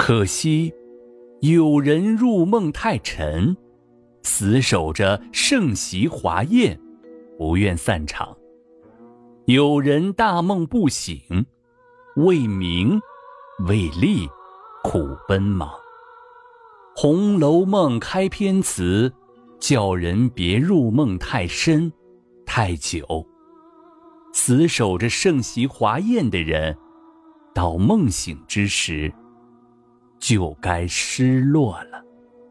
可惜有人入梦太沉，死守着盛席华宴，不愿散场；有人大梦不醒，为名为利苦奔忙。《红楼梦》开篇词叫人别入梦太深太久，死守着盛席华宴的人，到梦醒之时就该失落了。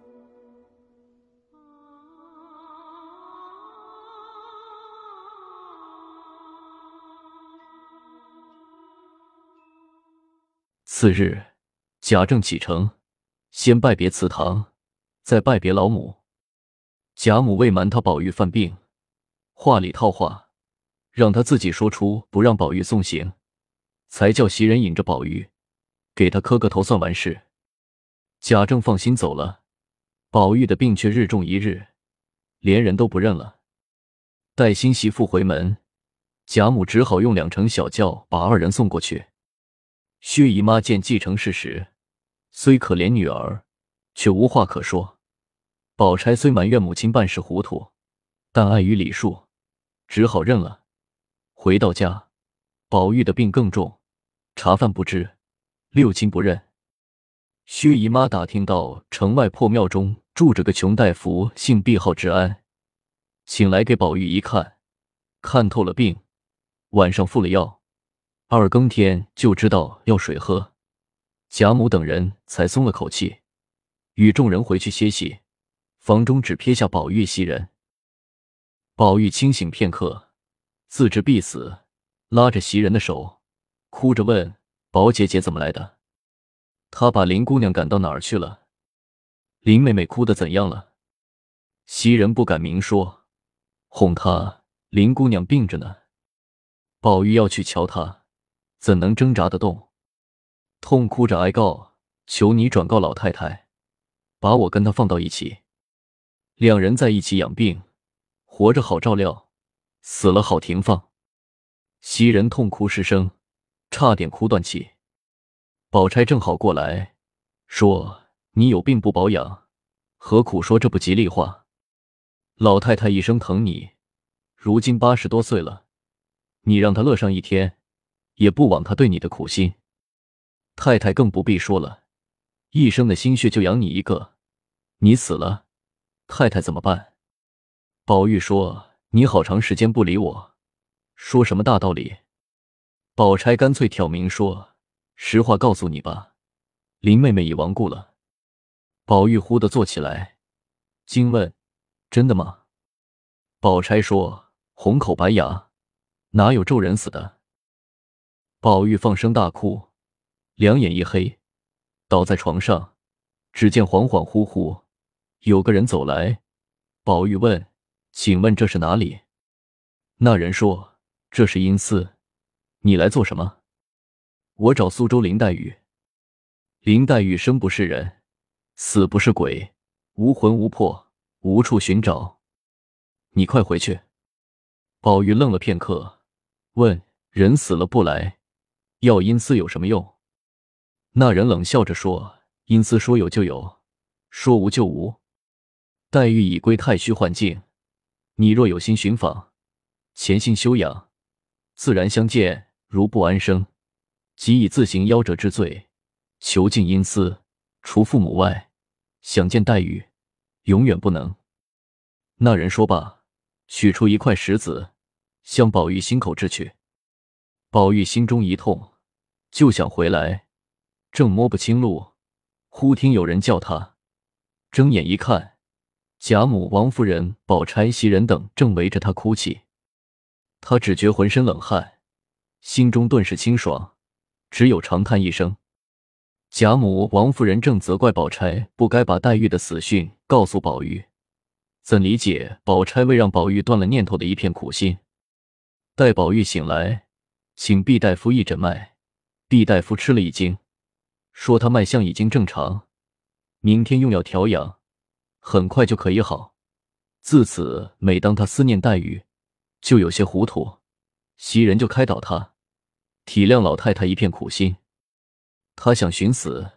次日，贾政启程，先拜别祠堂，再拜别老母。贾母为瞒他宝玉犯病，话里套话，让他自己说出不让宝玉送行，才叫袭人引着宝玉，给他磕个头算完事。贾政放心走了，宝玉的病却日重一日，连人都不认了。待新媳妇回门，贾母只好用2乘小轿把2人送过去。薛姨妈见继承事实，虽可怜女儿，却无话可说。宝钗虽埋怨母亲办事糊涂，但碍于礼数，只好认了。回到家，宝玉的病更重，茶饭不知，六亲不认。薛姨妈打听到城外破庙中住着个穷大夫，姓毕号之安，请来给宝玉一看，看透了病，晚上敷了药，2更天就知道要水喝。贾母等人才松了口气，与众人回去歇息。房中只撇下宝玉袭人。宝玉清醒片刻，自知必死，拉着袭人的手，哭着问宝姐姐怎么来的。她把林姑娘赶到哪儿去了？林妹妹哭得怎样了？袭人不敢明说，哄她林姑娘病着呢。宝玉要去瞧她，怎能挣扎得动？痛哭着哀告，求你转告老太太，把我跟她放到一起。2人在一起养病，活着好照料，死了好停放。袭人痛哭失声，差点哭断气。宝钗正好过来，说你有病不保养，何苦说这不吉利话？老太太一生疼你，如今80多岁了，你让她乐上一天，也不枉她对你的苦心。太太更不必说了，一生的心血就养你一个，你死了，太太怎么办？宝玉说你好长时间不理我，说什么大道理？宝钗干脆挑明说，实话告诉你吧，林妹妹已亡故了。宝玉忽地坐起来，惊问真的吗？宝钗说红口白牙，哪有咒人死的？宝玉放声大哭，两眼一黑，倒在床上。只见恍恍惚惚有个人走来，宝玉问请问这是哪里？那人说这是阴司，你来做什么？我找苏州林黛玉。林黛玉生不是人，死不是鬼，无魂无魄，无处寻找，你快回去。宝玉愣了片刻，问人死了不来，要阴司有什么用？那人冷笑着说，阴司说有就有，说无就无。黛玉已归太虚幻境，你若有心寻访，潜心修养，自然相见，如不安生，即以自行夭折之罪，囚禁阴司，除父母外，想见黛玉，永远不能。那人说罢，取出一块石子，向宝玉心口掷去。宝玉心中一痛，就想回来，正摸不清路，忽听有人叫他，睁眼一看，贾母、王夫人、宝钗、袭人等正围着他哭泣。他只觉浑身冷汗，心中顿时清爽，只有长叹一声。贾母、王夫人正责怪宝钗不该把黛玉的死讯告诉宝玉，怎理解宝钗为让宝玉断了念头的一片苦心。待宝玉醒来，请毕大夫一诊脉，毕大夫吃了一惊，说他脉象已经正常，明天用药调养，很快就可以好。自此每当他思念黛玉，就有些糊涂，袭人就开导他，体谅老太太一片苦心。他想寻死，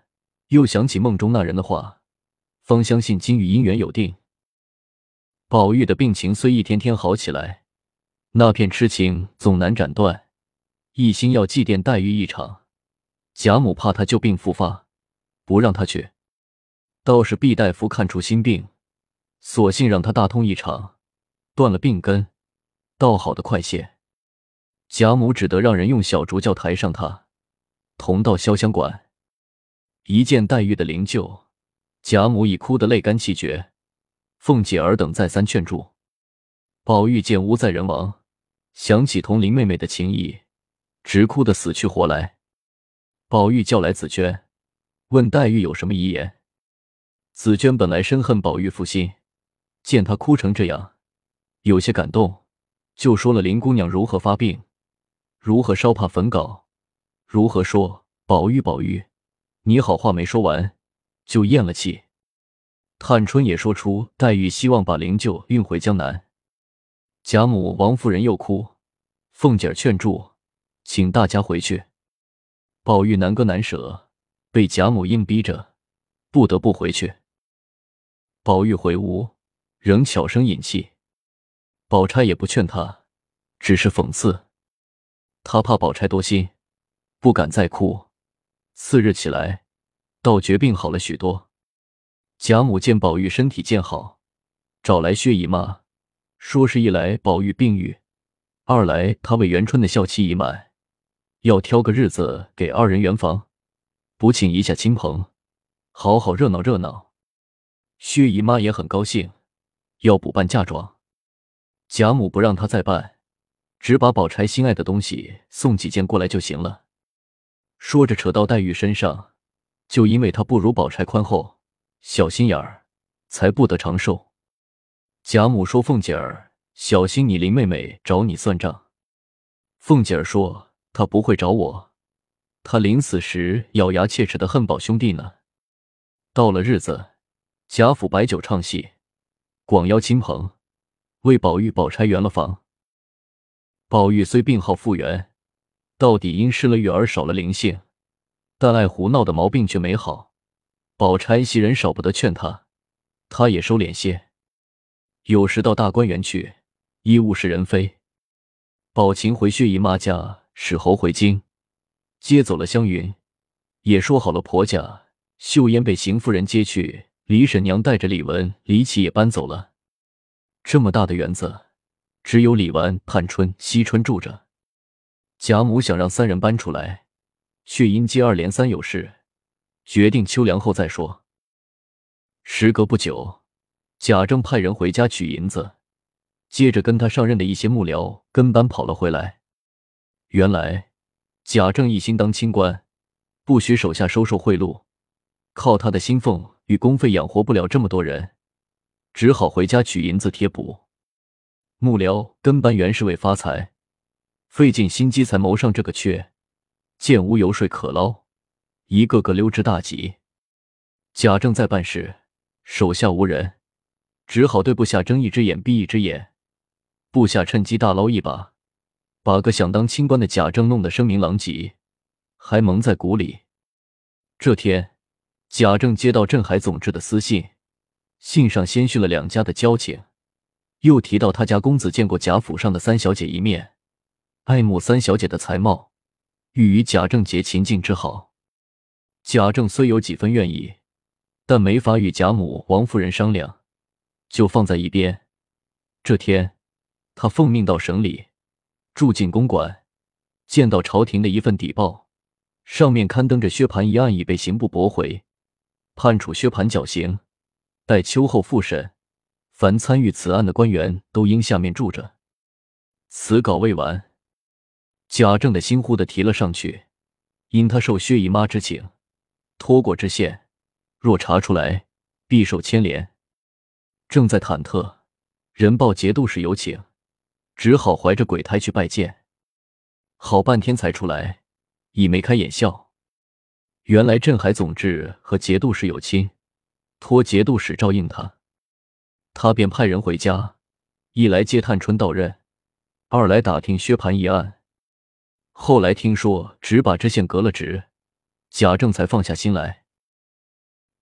又想起梦中那人的话，方相信金玉姻缘有定。宝玉的病情虽一天天好起来，那片痴情总难斩断，一心要祭奠黛玉一场。贾母怕他旧病复发，不让他去。倒是毕大夫看出心病，索性让他大通一场，断了病根，倒好得快些。贾母只得让人用小竹轿抬上他，同到潇湘馆。一见黛玉的灵柩，贾母已哭得泪干气绝，凤姐儿等再三劝住。宝玉见屋在人亡，想起同林妹妹的情谊，直哭得死去活来。宝玉叫来紫娟，问黛玉有什么遗言。紫娟本来深恨宝玉负心，见他哭成这样，有些感动，就说了林姑娘如何发病，如何烧怕焚稿，如何说宝玉，你好话没说完，就咽了气。探春也说出黛玉希望把灵柩运回江南。贾母、王夫人又哭，凤姐儿劝住，请大家回去。宝玉难割难舍，被贾母硬逼着，不得不回去。宝玉回屋，仍悄声饮气。宝钗也不劝他，只是讽刺。他怕宝钗多心，不敢再哭。次日起来，倒觉病好了许多。贾母见宝玉身体渐好，找来薛姨妈，说是一来宝玉病愈，二来他为元春的孝期已满，要挑个日子给二人圆房，补请一下亲朋，好好热闹热闹。薛姨妈也很高兴，要补办嫁妆。贾母不让她再办，只把宝钗心爱的东西送几件过来就行了。说着扯到黛玉身上，就因为她不如宝钗宽厚小心眼儿，才不得长寿。贾母说凤姐儿小心你林妹妹找你算账。凤姐儿说她不会找我，她临死时咬牙切齿的恨宝兄弟呢。到了日子，贾府摆酒唱戏，广邀亲朋，为宝玉宝钗圆了房。宝玉虽病号复原，到底因失了月而少了灵性，但爱胡闹的毛病却没好。宝钗袭人少不得劝他，他也收敛些。有时到大观园去，医务是人非。宝琴回薛姨妈家，使侯回京，接走了湘云，也说好了婆家。秀烟被邢夫人接去，李婶娘带着李文、李绮也搬走了。这么大的园子，只有李纨、探春、惜春住着。贾母想让三人搬出来，却因接二连三有事，决定秋凉后再说。时隔不久，贾政派人回家取银子，接着跟他上任的一些幕僚跟班跑了回来。原来贾政一心当清官，不许手下收受贿赂，靠他的薪俸与公费养活不了这么多人，只好回家取银子贴补。幕僚跟班原是为发财，费尽心机才谋上这个缺，见无油水可捞，一个个溜之大吉。贾政在办事，手下无人，只好对部下睁一只眼闭一只眼。部下趁机大捞一把，把个想当清官的贾政弄得声名狼藉，还蒙在鼓里。这天，贾政接到镇海总制的私信，信上先叙了两家的交情，又提到他家公子见过贾府上的三小姐一面，爱慕三小姐的才貌，欲与贾政结秦晋之好。贾政虽有几分愿意，但没法与贾母、王夫人商量，就放在一边。这天，他奉命到省里，住进公馆，见到朝廷的一份底报，上面刊登着薛蟠一案已被刑部驳回，判处薛蟠绞刑，待秋后复审，凡参与此案的官员都应下面住着。此稿未完，贾政的心忽地提了上去，因他受薛姨妈之请，拖过知县，若查出来，必受牵连。正在忐忑，人报节度使有请，只好怀着鬼胎去拜见。好半天才出来，已眉开眼笑。原来镇海总制和节度使有亲，托节度使照应他。他便派人回家，一来接探春到任，二来打听薛蟠一案。后来听说只把知县革了职，贾政才放下心来。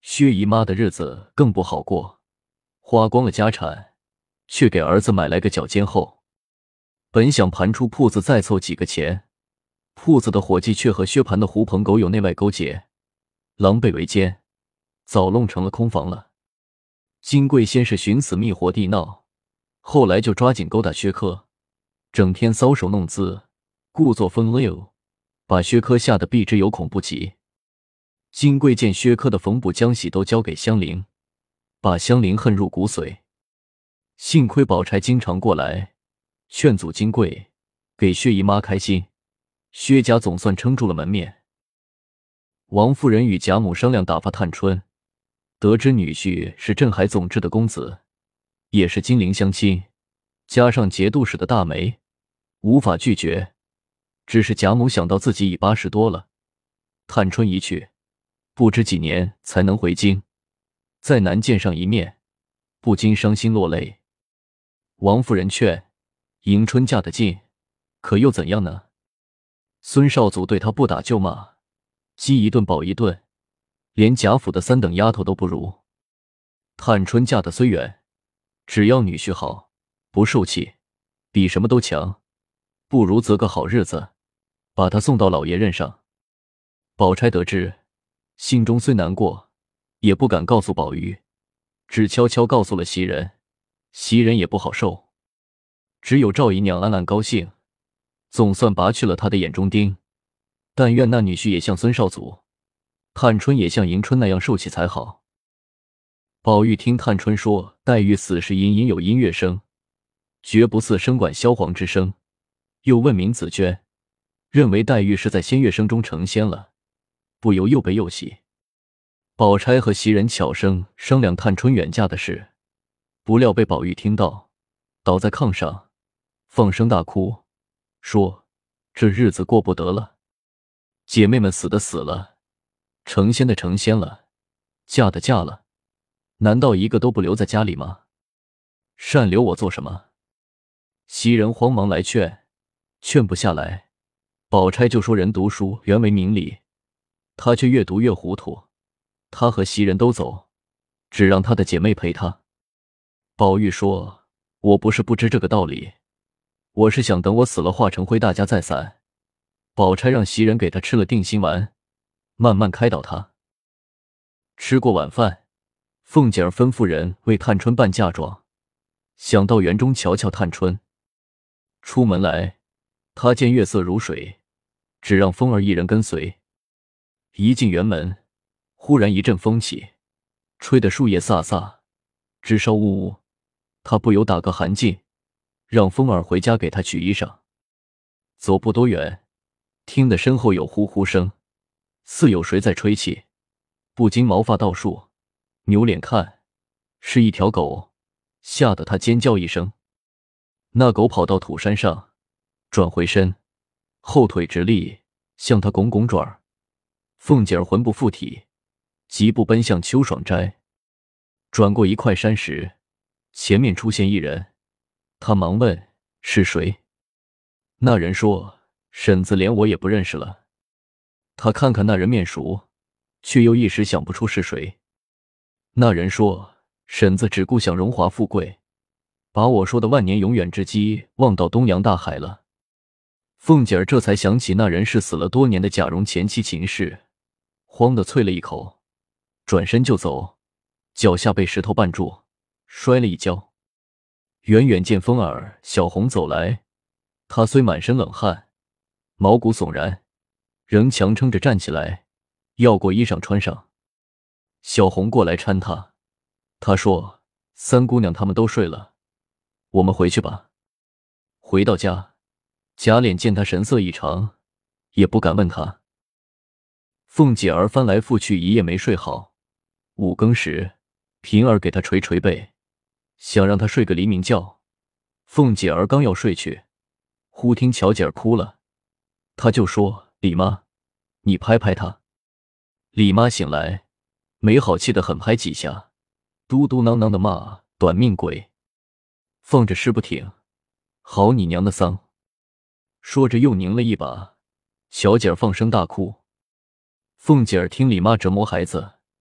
薛姨妈的日子更不好过，花光了家产，却给儿子买来个脚尖后。本想盘出铺子再凑几个钱，铺子的伙计却和薛蟠的狐朋狗友内外勾结，狼狈为奸，早弄成了空房了。金贵先是寻死觅活地闹，后来就抓紧勾搭薛科，整天搔首弄姿，故作风流，把薛科吓得避之有恐不及。金贵见薛科的缝补浆洗都交给香菱，把香菱恨入骨髓。幸亏宝钗经常过来劝阻金贵，给薛姨妈开心，薛家总算撑住了门面。王夫人与贾母商量打发探春，得知女婿是镇海总制的公子，也是金陵乡亲，加上节度使的大媒，无法拒绝。只是贾母想到自己已80多了，探春一去，不知几年才能回京，再难见上一面，不禁伤心落泪。王夫人劝迎春嫁得近，可又怎样呢？孙少祖对她不打就骂，饥一顿饱一顿，连贾府的3等丫头都不如。探春嫁得虽远，只要女婿好，不受气，比什么都强，不如择个好日子，把她送到老爷任上。宝钗得知，心中虽难过，也不敢告诉宝玉，只悄悄告诉了袭人，袭人也不好受。只有赵姨娘暗暗高兴，总算拔去了她的眼中钉，但愿那女婿也像孙少祖，探春也像迎春那样受气才好。宝玉听探春说黛玉死时隐隐有音乐声，绝不似笙管萧簧之声，又问明紫鹃，认为黛玉是在仙乐声中成仙了，不由又悲又喜。宝钗和袭人悄声商量探春远嫁的事，不料被宝玉听到，倒在炕上放声大哭，说这日子过不得了，姐妹们死的死了，成仙的成仙了，嫁的嫁了，难道一个都不留在家里吗？擅留我做什么？袭人慌忙来劝，劝不下来。宝钗就说人读书原为明理，她却越读越糊涂，她和袭人都走，只让她的姐妹陪她。宝玉说，我不是不知这个道理，我是想等我死了化成灰大家再散。宝钗让袭人给她吃了定心丸，慢慢开导她。吃过晚饭，凤姐儿吩咐人为探春办嫁妆，想到园中瞧瞧探春。出门来，她见月色如水，只让凤儿一人跟随。一进园门，忽然一阵风起，吹得树叶飒飒，枝梢呜呜，她不由打个寒噤，让凤儿回家给她取衣裳。走不多远，听得身后有呼呼声，似有谁在吹气，不禁毛发倒竖，扭脸看，是一条狗，吓得她尖叫一声。那狗跑到土山上，转回身，后腿直立，向她拱拱爪儿。凤姐儿魂不附体，疾步奔向秋爽斋。转过一块山石，前面出现一人，她忙问是谁。那人说，婶子连我也不认识了。她看看那人面熟，却又一时想不出是谁。那人说，婶子只顾想荣华富贵，把我说的万年永远之计忘到东洋大海了。凤姐儿这才想起那人是死了多年的贾蓉前妻秦氏，慌得啐了一口，转身就走，脚下被石头绊住，摔了一跤。远远见凤儿、小红走来，她虽满身冷汗，毛骨悚然，仍强撑着站起来，要过衣裳穿上。小红过来搀她，她说，三姑娘她们都睡了，我们回去吧。回到家，贾琏见她神色异常，也不敢问她。凤姐儿翻来覆去一夜没睡好，5更时，平儿给她捶捶背，想让她睡个黎明觉。凤姐儿刚要睡去，忽听巧姐儿哭了，她就说，李妈，你拍拍她。李妈醒来，没好气的狠拍几下，嘟嘟囔囔的骂，短命鬼，放着尸不挺，好你娘的丧。说着又拧了一把，巧姐儿放声大哭。凤姐儿听李妈折磨孩子，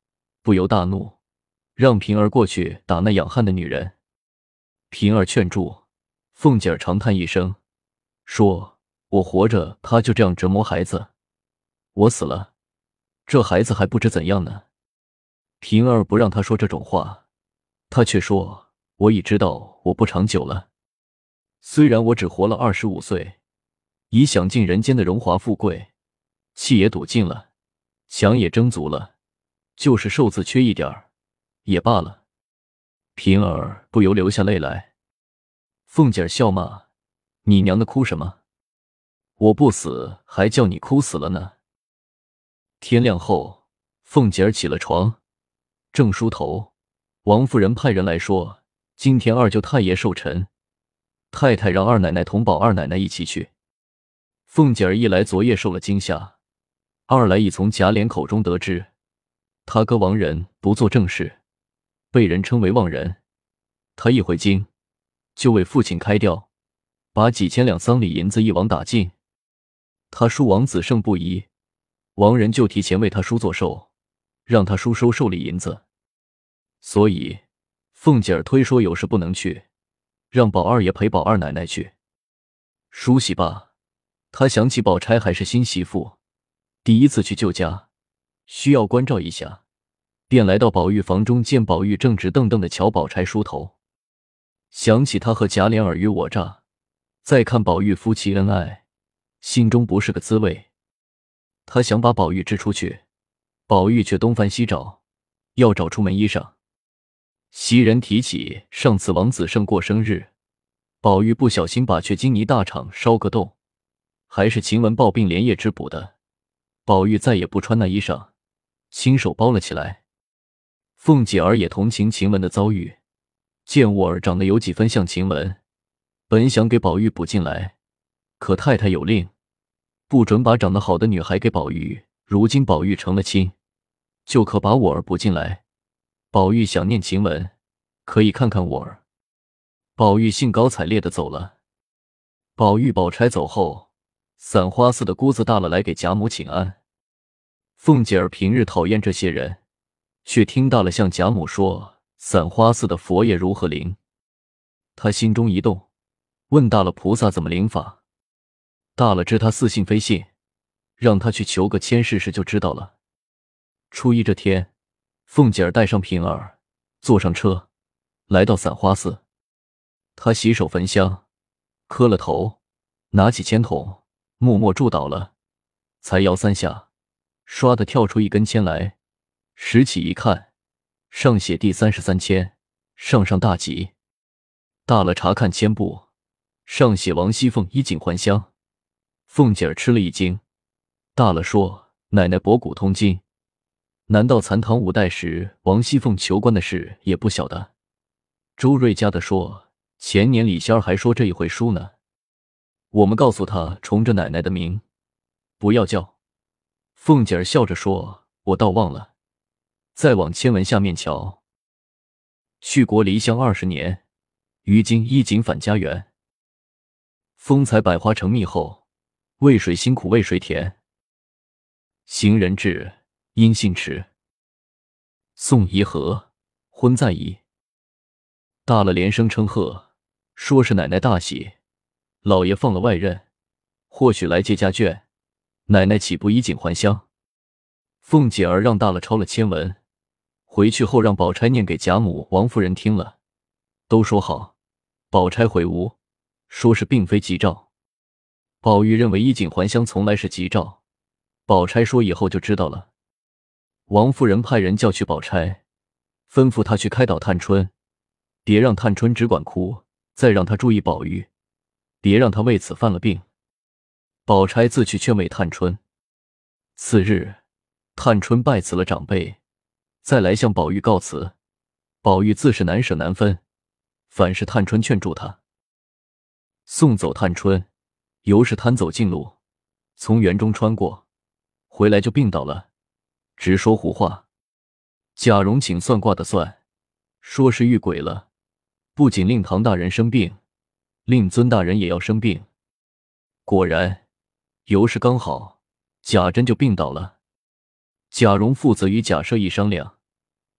不由大怒，让平儿过去打那养汉的女人。平儿劝住，凤姐儿长叹一声，说：“我活着，他就这样折磨孩子；我死了，这孩子还不知怎样呢。”平儿不让他说这种话，他却说：“我已知道我不长久了。虽然我只活了25岁，已享尽人间的荣华富贵，气也赌尽了，强也争足了，就是寿字缺一点儿，也罢了。”平儿不由流下泪来。凤姐儿笑骂：“你娘的哭什么？我不死还叫你哭死了呢。”天亮后，凤姐儿起了床，正梳头，王夫人派人来说，今天二舅太爷寿辰，太太让二奶奶同宝二奶奶一起去。凤姐儿一来昨夜受了惊吓，二来已从贾琏口中得知，他哥王仁不做正事，被人称为妄人。他一回京，就为父亲开吊，把几千两丧礼银子一网打尽。他叔王子胜不疑，王仁就提前为他叔做寿，让他叔收寿礼银子。所以凤姐儿推说有事不能去，让宝二爷陪宝二奶奶去。梳洗罢，他想起宝钗还是新媳妇，第一次去舅家，需要关照一下，便来到宝玉房中，见宝玉正直瞪瞪地瞧宝钗梳头。想起他和贾琏尔虞我诈，再看宝玉夫妻恩爱，心中不是个滋味。他想把宝玉支出去，宝玉却东翻西找，要找出门衣裳。袭人提起上次王子胜过生日，宝玉不小心把雀金泥大厂烧个洞，还是晴雯抱病连夜织补的，宝玉再也不穿那衣裳，亲手包了起来。凤姐儿也同情晴雯的遭遇，见沃儿长得有几分像晴雯，本想给宝玉补进来，可太太有令，不准把长得好的女孩给宝玉，如今宝玉成了亲，就可把沃儿补进来。宝玉想念晴雯，可以看看沃儿。宝玉兴高采烈地走了。宝玉宝钗走后，散花寺的姑子大了来给贾母请安。凤姐儿平日讨厌这些人，却听大了向贾母说散花寺的佛爷如何灵。她心中一动，问大了菩萨怎么灵法。大了知他似信非信，让他去求个签试试就知道了。初一这天，凤姐儿带上平儿，坐上车，来到散花寺。她洗手焚香，磕了头，拿起签筒，默默祝祷了，才摇3下，唰的跳出一根签来，拾起一看，上写第33签，上大吉。大了查看签簿，上写王熙凤衣锦还乡。凤姐儿吃了一惊，大了说：“奶奶博古通今，难道残唐5代时王熙凤求官的事也不晓得？”周瑞家的说：“前年李仙儿还说这一回书呢，我们告诉他冲着奶奶的名，不要叫。”凤姐儿笑着说：“我倒忘了，再往签文下面瞧。去国离乡20年，于今衣锦返家园。风采百花成蜜后，为谁辛苦为谁甜？行人至，音信迟。送仪和，婚在宜。”大了连声称贺，说是奶奶大喜，老爷放了外任，或许来接家眷，奶奶岂不衣锦还乡？凤姐儿让大了抄了签文，回去后让宝钗念给贾母、王夫人听了，都说好。宝钗回屋，说是并非吉兆。宝玉认为衣锦还乡从来是吉兆，宝钗说以后就知道了。王夫人派人叫去宝钗，吩咐她去开导探春，别让探春只管哭，再让她注意宝玉，别让她为此犯了病。宝钗自去劝慰探春。次日，探春拜辞了长辈，再来向宝玉告辞。宝玉自是难舍难分，反是探春劝住他。送走探春，尤氏贪走近路，从园中穿过，回来就病倒了，直说胡话。贾蓉请算卦的算，说是遇鬼了，不仅令唐大人生病，令尊大人也要生病。果然，尤氏刚好，贾珍就病倒了。贾蓉负责与贾赦一商量，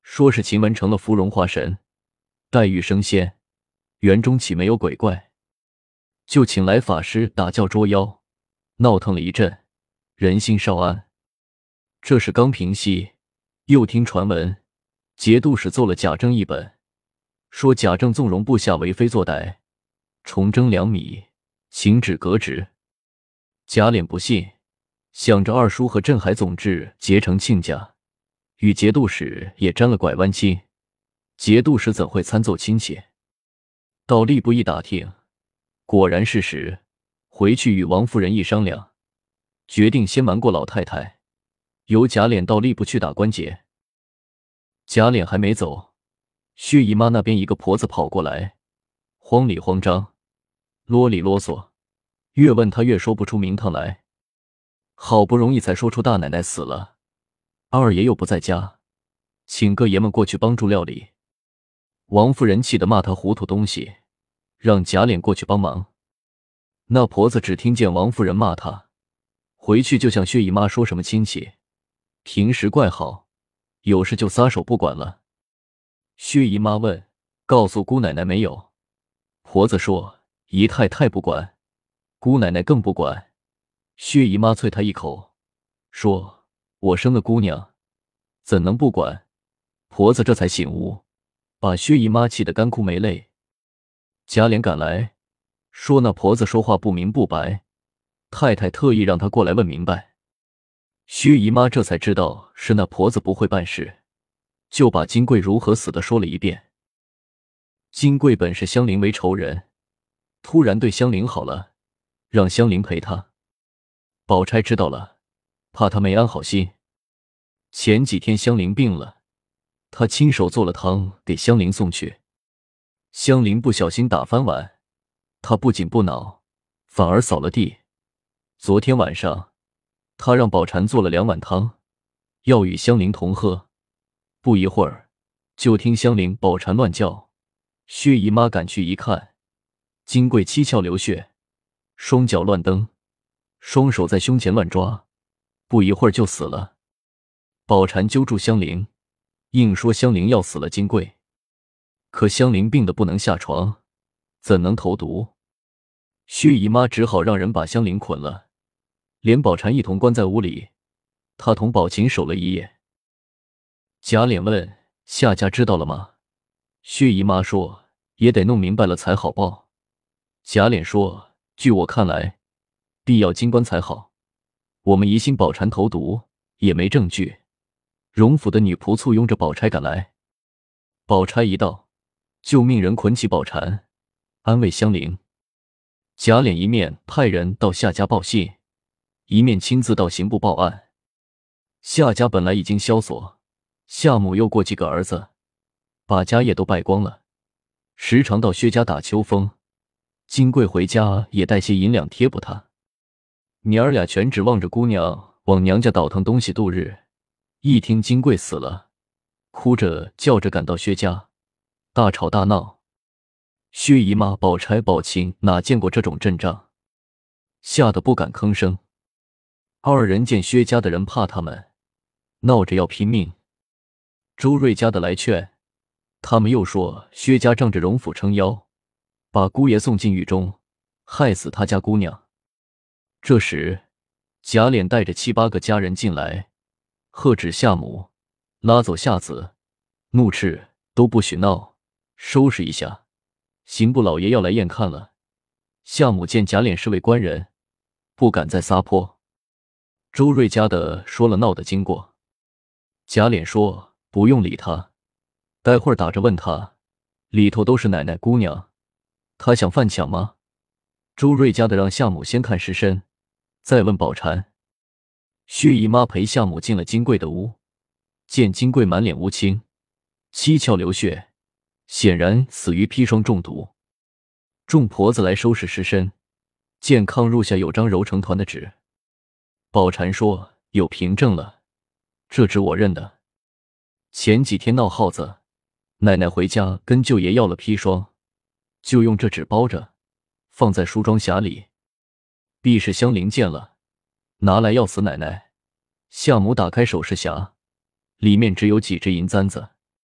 说是秦雯成了芙蓉化神，黛玉升仙，园中岂没有鬼怪？就请来法师打教捉妖，闹腾了一阵，人心稍安。这事刚平息，又听传闻，节度使奏了贾政一本，说贾政纵容部下为非作歹，重征2米，请旨革职。贾琏不信，想着二叔和镇海总制结成亲家，与节度使也沾了拐弯亲，节度使怎会参奏亲戚？到吏部一打听，果然是实，回去与王夫人一商量，决定先瞒过老太太，由贾琏到吏部去打关节。贾琏还没走，薛姨妈那边一个婆子跑过来，慌里慌张，啰里啰嗦，越问她越说不出名堂来。好不容易才说出大奶奶死了，二爷又不在家，请各爷们过去帮助料理。王夫人气得骂他糊涂东西，让贾琏过去帮忙。那婆子只听见王夫人骂他，回去就向薛姨妈说什么亲戚，平时怪好，有事就撒手不管了。薛姨妈问：告诉姑奶奶没有？婆子说：姨太太不管，姑奶奶更不管。薛姨妈啐她一口，说：我生的姑娘，怎能不管？婆子这才醒悟，把薛姨妈气得干哭没泪。贾琏赶来，说那婆子说话不明不白，太太特意让她过来问明白。薛姨妈这才知道是那婆子不会办事，就把金桂如何死的说了一遍。金桂本是香菱为仇人，突然对香菱好了，让香菱陪她。宝钗知道了，怕她没安好心。前几天香菱病了，她亲手做了汤给香菱送去。香菱不小心打翻碗，她不仅不恼，反而扫了地。昨天晚上，她让宝钗做了2碗汤，要与香菱同喝。不一会儿，就听香菱、宝钗乱叫。薛姨妈赶去一看，金桂七窍流血，双脚乱蹬，双手在胸前乱抓，不一会儿就死了。宝钗揪住香菱，硬说香菱要死了金桂。可香菱病得不能下床，怎能投毒？薛姨妈只好让人把香菱捆了，连宝钗一同关在屋里，她同宝琴守了一夜。贾琏问：夏家知道了吗？薛姨妈说：也得弄明白了才好报。贾琏说：据我看来，必要金棺才好。我们疑心宝钗投毒，也没证据。荣府的女仆簇拥着宝钗赶来，宝钗一到，就命人捆起宝钗，安慰香菱。贾琏一面派人到夏家报信，一面亲自到刑部报案。夏家本来已经萧索，夏母又过几个儿子，把家业都败光了，时常到薛家打秋风。金桂回家也带些银两贴补他，娘儿俩全指望着姑娘往娘家倒腾东西度日。一听金桂死了，哭着叫着赶到薛家，大吵大闹。薛姨妈、宝钗、宝琴哪见过这种阵仗，吓得不敢吭声。二人见薛家的人怕他们，闹着要拼命。周瑞家的来劝，他们又说薛家仗着荣府撑腰，把姑爷送进狱中，害死他家姑娘。这时贾琏带着7、8个家人进来，喝止夏母，拉走夏子，怒斥都不许闹，收拾一下，刑部老爷要来验看了。夏母见贾琏是位官人，不敢再撒泼。周瑞家的说了闹的经过，贾琏说不用理他，待会儿打着问他，里头都是奶奶姑娘，他想犯抢吗？周瑞家的让夏母先看尸身，再问宝钗。薛姨妈陪夏母进了金桂的屋，见金桂满脸乌青，七窍流血，显然死于砒霜中毒。众婆子来收拾尸身，见炕褥下有张揉成团的纸。宝钗说：有凭证了，这纸我认得。前几天闹耗子，奶奶回家跟舅爷要了砒霜，就用这纸包着，放在梳妆匣里。必是香菱见了，拿来要死奶奶。夏母打开首饰匣，里面只有几只银簪子。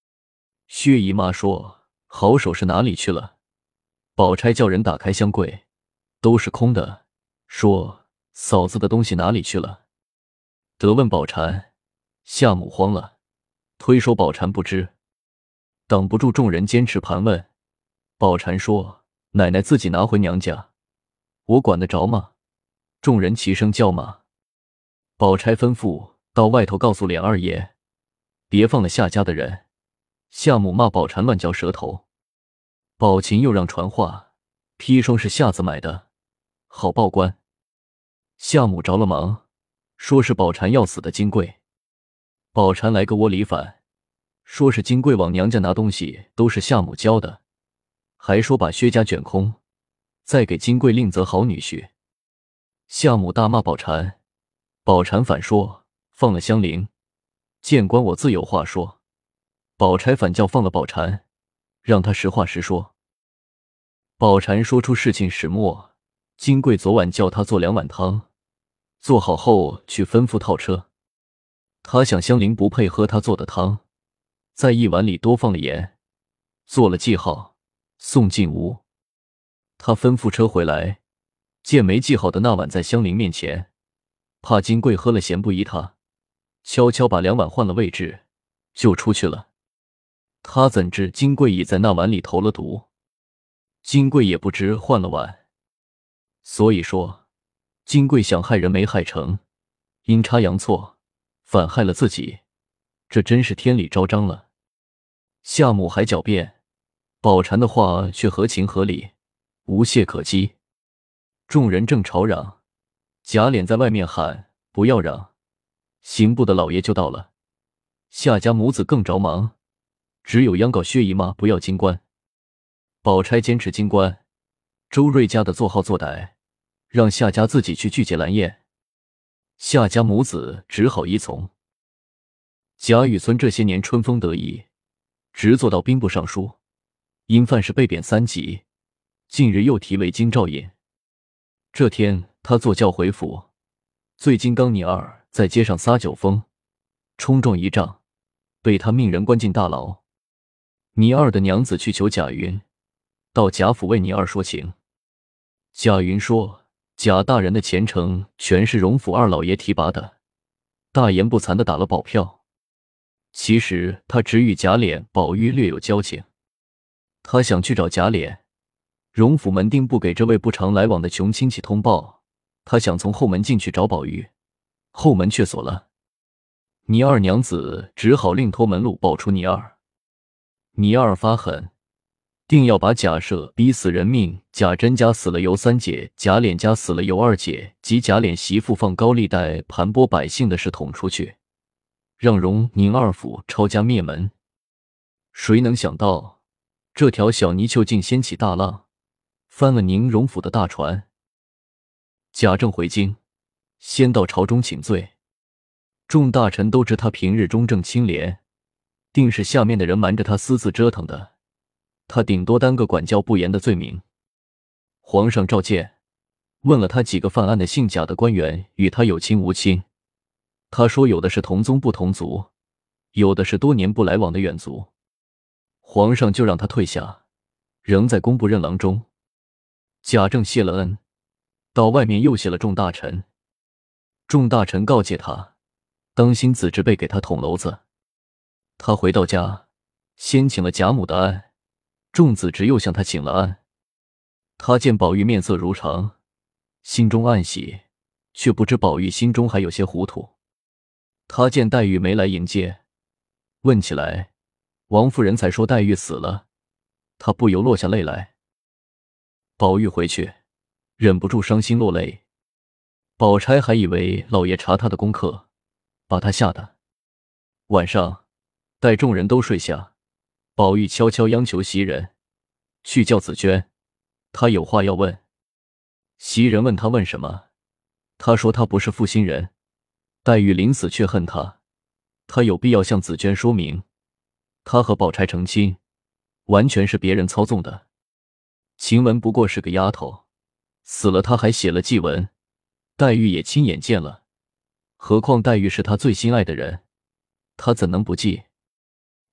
薛姨妈说：“好首饰哪里去了？”宝钗叫人打开箱柜，都是空的，说：“嫂子的东西哪里去了？”得问宝钗，夏母慌了，推说宝钗不知，挡不住众人坚持盘问。宝钗说：“奶奶自己拿回娘家，我管得着吗？”众人齐声叫骂。宝钗吩咐到外头告诉琏二爷，别放了夏家的人。夏母骂宝钗乱嚼舌头，宝琴又让传话，砒霜是夏子买的，好报官。夏母着了忙，说是宝钗要死的金贵。宝钗来个窝里反，说是金贵往娘家拿东西都是夏母教的，还说把薛家卷空，再给金贵另择好女婿。夏母大骂宝钗，宝钗反说放了香菱，见官我自有话说。宝钗反叫放了宝钗，让他实话实说。宝钗说出事情始末，金贵昨晚叫他做2碗汤，做好后去吩咐套车。他想香菱不配喝他做的汤，在1碗里多放了盐，做了记号，送进屋。他吩咐车回来，见没记好的那碗在香菱面前，怕金贵喝了嫌不依他，悄悄把2碗换了位置，就出去了。他怎知金贵已在那碗里投了毒，金贵也不知换了碗。所以说，金贵想害人没害成，阴差阳错，反害了自己，这真是天理昭彰了。夏母还狡辩，宝钗的话却合情合理，无懈可击。众人正吵嚷，贾琏在外面喊：“不要嚷！”刑部的老爷就到了。夏家母子更着忙，只有央告薛姨妈不要金冠。宝钗坚持金冠，周瑞家的做号做歹，让夏家自己去拒结蓝燕。夏家母子只好依从。贾雨村这些年春风得意，直做到兵部尚书，因犯事被贬3级，近日又提为京兆尹。这天他坐轿回府，醉金刚倪二在街上撒酒疯，冲撞一仗，被他命人关进大牢。倪二的娘子去求贾云，到贾府为倪二说情。贾云说，贾大人的前程全是荣府2老爷提拔的，大言不惭地打了保票。其实他只与贾琏、宝玉略有交情，他想去找贾琏，荣府门定不给这位不常来往的穷亲戚通报，他想从后门进去找宝玉，后门却锁了。倪二娘子只好另托门路抱出倪二。倪二发狠，定要把贾赦逼死人命，贾珍家死了尤3姐，贾琏家死了尤2姐，及贾琏媳妇放高利贷盘剥百姓的事捅出去，让荣宁2府抄家灭门。谁能想到，这条小泥鳅竟掀起大浪，翻了宁荣府的大船。贾政回京，先到朝中请罪。众大臣都知他平日忠正清廉，定是下面的人瞒着他私自折腾的，他顶多担个管教不严的罪名。皇上召见，问了他几个犯案的姓贾的官员与他有亲无亲，他说有的是同宗不同族，有的是多年不来往的远族。皇上就让他退下，仍在工部任郎中。贾政谢了恩，到外面又谢了众大臣。众大臣告诫他，当心子侄辈给他捅娄子。他回到家，先请了贾母的安，众子侄又向他请了安。他见宝玉面色如常，心中暗喜，却不知宝玉心中还有些糊涂。他见黛玉没来迎接，问起来，王夫人才说黛玉死了，他不由落下泪来。宝玉回去，忍不住伤心落泪。宝钗还以为老爷查他的功课，把他吓得。晚上，待众人都睡下，宝玉悄悄央求袭人去叫紫娟，他有话要问。袭人问他问什么，他说他不是负心人，黛玉临死却恨他，他有必要向紫娟说明，他和宝钗成亲，完全是别人操纵的。晴雯不过是个丫头，死了他还写了祭文，黛玉也亲眼见了，何况黛玉是他最心爱的人，他怎能不记？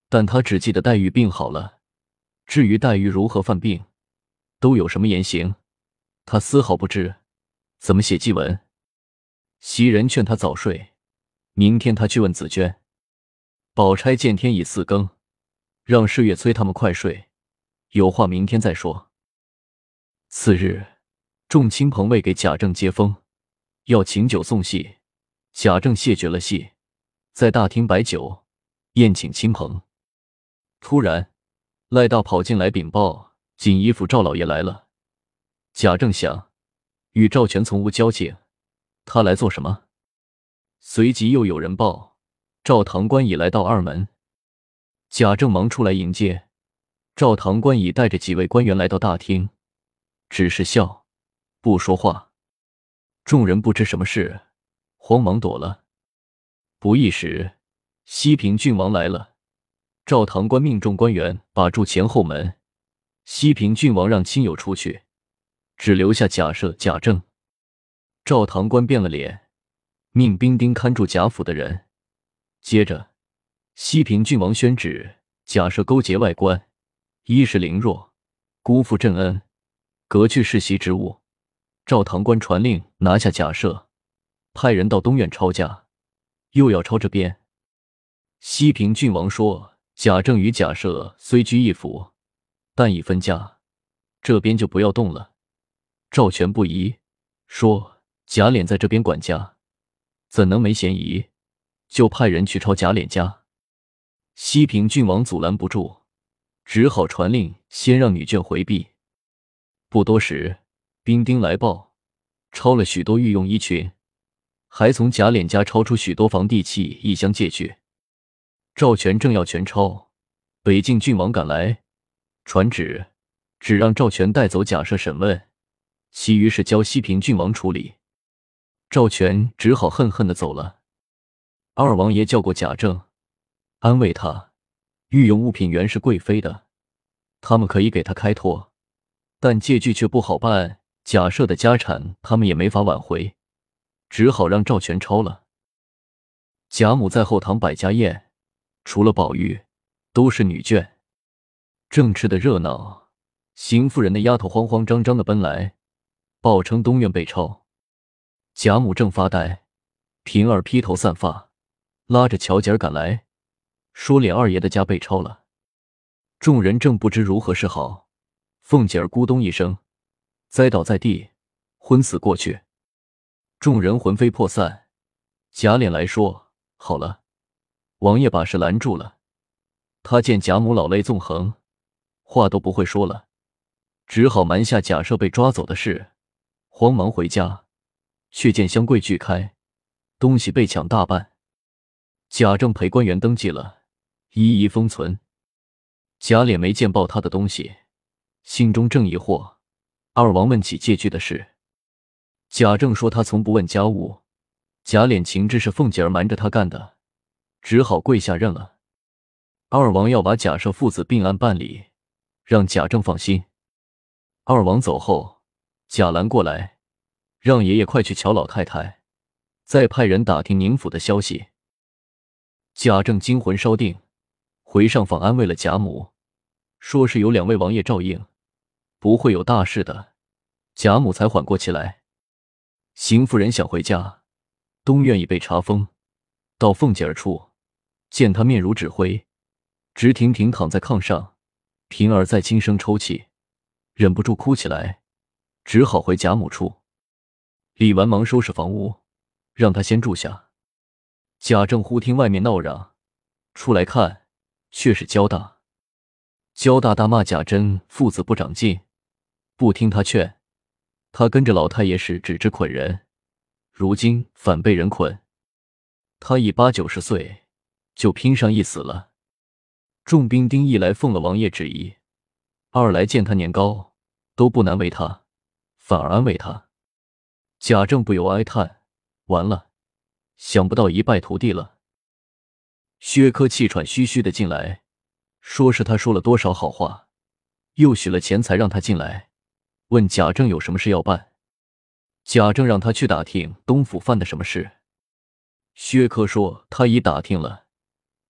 但他只记得黛玉病好了，至于黛玉如何犯病，都有什么言行，他丝毫不知，怎么写祭文？袭人劝他早睡，明天他去问紫娟。宝钗见天已4更，让麝月催他们快睡，有话明天再说。次日，众亲朋为给贾政接风，要请酒送戏。贾政谢绝了戏，在大厅摆酒宴请亲朋。突然，赖大跑进来禀报，锦衣府赵老爷来了。贾政想，与赵全从无交情，他来做什么？随即又有人报，赵堂官已来到二门。贾政忙出来迎接。赵堂官已带着几位官员来到大厅，只是笑，不说话。众人不知什么事，慌忙躲了。不一时，西平郡王来了。赵堂官命众官员把住前后门，西平郡王让亲友出去，只留下贾赦、贾政。赵堂官变了脸，命兵丁看住贾府的人。接着，西平郡王宣旨，贾赦勾结外官，一是凌弱，辜负朕恩，革去世袭职务。赵堂官传令拿下贾赦，派人到东院抄家，又要抄这边。西平郡王说，贾政与贾赦虽居一府，但已分家，这边就不要动了。赵全不疑，说贾琏在这边管家，怎能没嫌疑，就派人去抄贾琏家。西平郡王阻拦不住，只好传令先让女眷回避。不多时，兵丁来报，抄了许多御用衣裙，还从贾琏家抄出许多房地契一相借据。赵全正要全抄，北境郡王赶来，传旨，只让赵全带走贾赦审问，其余事交西平郡王处理。赵全只好恨恨地走了。二王爷叫过贾政，安慰他，御用物品原是贵妃的，他们可以给他开脱，但借据却不好办，贾赦的家产他们也没法挽回，只好让赵全抄了。贾母在后堂摆家宴，除了宝玉，都是女眷，正吃得热闹，邢夫人的丫头慌慌张张地奔来，报称东院被抄。贾母正发呆，平儿披头散发，拉着乔姐赶来，说琏二爷的家被抄了。众人正不知如何是好，凤姐儿咕咚一声，栽倒在地，昏死过去。众人魂飞魄散。贾琏来说，好了，王爷把事拦住了。他见贾母老泪纵横，话都不会说了，只好瞒下贾赦被抓走的事，慌忙回家，却见箱柜俱开，东西被抢大半。贾政陪官员登记了，一一封存。贾琏没见报他的东西，心中正疑惑。二王问起借据的事，贾政说他从不问家务，贾琏情知是凤姐儿瞒着他干的，只好跪下认了。二王要把贾赦父子并案办理，让贾政放心。二王走后，贾兰过来，让爷爷快去瞧老太太，再派人打听宁府的消息。贾政惊魂稍定，回上访安慰了贾母，说是有2位王爷照应，不会有大事的。贾母才缓过气来。邢夫人想回家，东院已被查封，到凤姐儿处，见她面如纸灰，直挺挺躺在炕上，平儿在轻声抽泣，忍不住哭起来，只好回贾母处。李纨忙收拾房屋，让她先住下。贾政忽听外面闹嚷，出来看，却是焦大。焦大大骂贾珍父子不长进，不听他劝，他跟着老太爷时只知捆人，如今反被人捆。他已80、90岁，就拼上一死了。众兵丁一来奉了王爷旨意，二来见他年高，都不难为他，反而安慰他。贾政不由哀叹，完了，想不到一败涂地了。薛科气喘吁吁的进来，说是他说了多少好话，又许了钱财让他进来，问贾政有什么事要办。贾政让他去打听东府犯的什么事。薛科说他已打听了，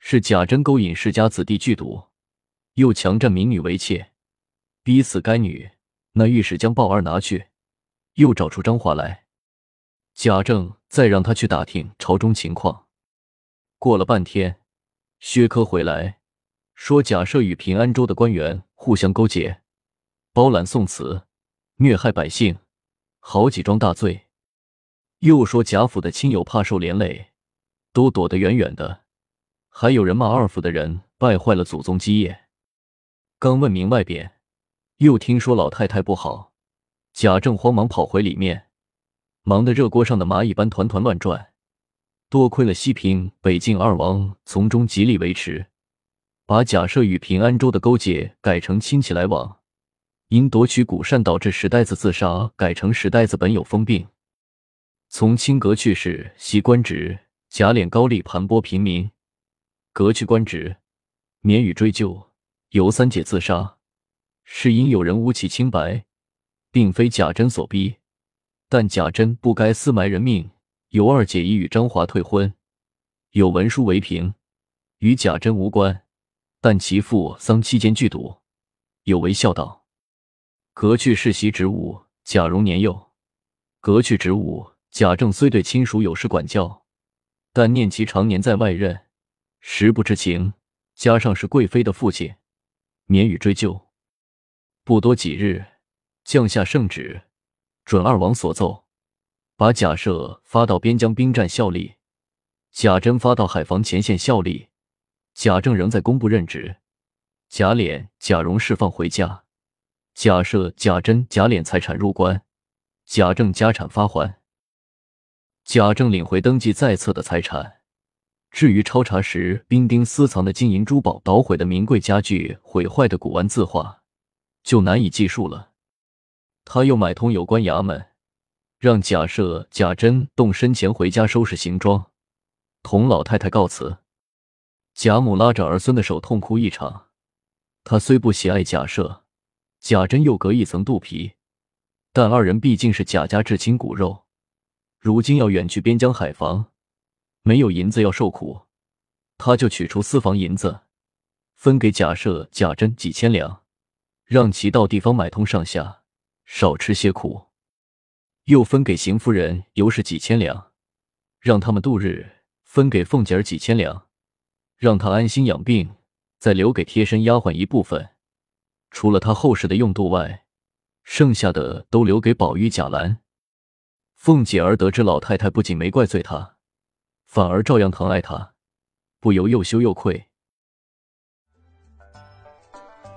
是贾珍勾引世家子弟剧赌，又强占民女为妾，逼死该女。那御史将鲍二拿去，又找出张华来。贾政再让他去打听朝中情况。过了半天，薛科回来说贾赦与平安州的官员互相勾结，包揽宋慈，虐害百姓，好几桩大罪。又说贾府的亲友怕受连累，都躲得远远的，还有人骂二府的人败坏了祖宗基业。刚问明外边，又听说老太太不好，贾政慌忙跑回里面，忙得热锅上的蚂蚁般团团乱转。多亏了西平、北静二王从中极力维持，把贾赦与平安州的勾结改成亲戚来往，因夺取古善导致石呆子自杀改成石呆子本有疯病。从清革去世袭官职，贾琏高力盘剥平民，革去官职，免予追究，由三姐自杀，是因有人诬其清白，并非贾珍所逼，但贾珍不该私埋人命，由二姐已与张华退婚，有文书为凭，与贾珍无关，但其父丧期间剧赌，有违孝道。革去世袭职务，贾蓉年幼，革去职务，贾政虽对亲属有事管教，但念其常年在外任，实不知情，加上是贵妃的父亲，免予追究。不多几日，降下圣旨，准二王所奏，把贾赦发到边疆兵站效力，贾珍发到海防前线效力，贾政仍在工部任职，贾琏、贾蓉释放回家，贾赦、贾珍、贾琏财产入关，贾政家产发还。贾政领回登记在册的财产，至于抄查时兵丁私藏的金银珠宝、捣毁的名贵家具、毁坏的古玩字画，就难以计数了。他又买通有关衙门，让贾赦、贾珍动身前回家收拾行装，同老太太告辞。贾母拉着儿孙的手痛哭一场。他虽不喜爱贾赦，贾珍又隔一层肚皮，但二人毕竟是贾家至亲骨肉，如今要远去边疆海防，没有银子要受苦，他就取出私房银子，分给贾赦、贾珍几千两，让其到地方买通上下，少吃些苦。又分给邢夫人、尤氏几千两，让他们度日，分给凤姐儿几千两，让她安心养病，再留给贴身丫鬟一部分。除了她后事的用度外，剩下的都留给宝玉、贾兰。凤姐儿得知老太太不仅没怪罪她，反而照样疼爱她，不由又羞又愧。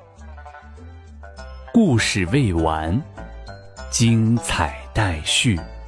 故事未完，精彩待续。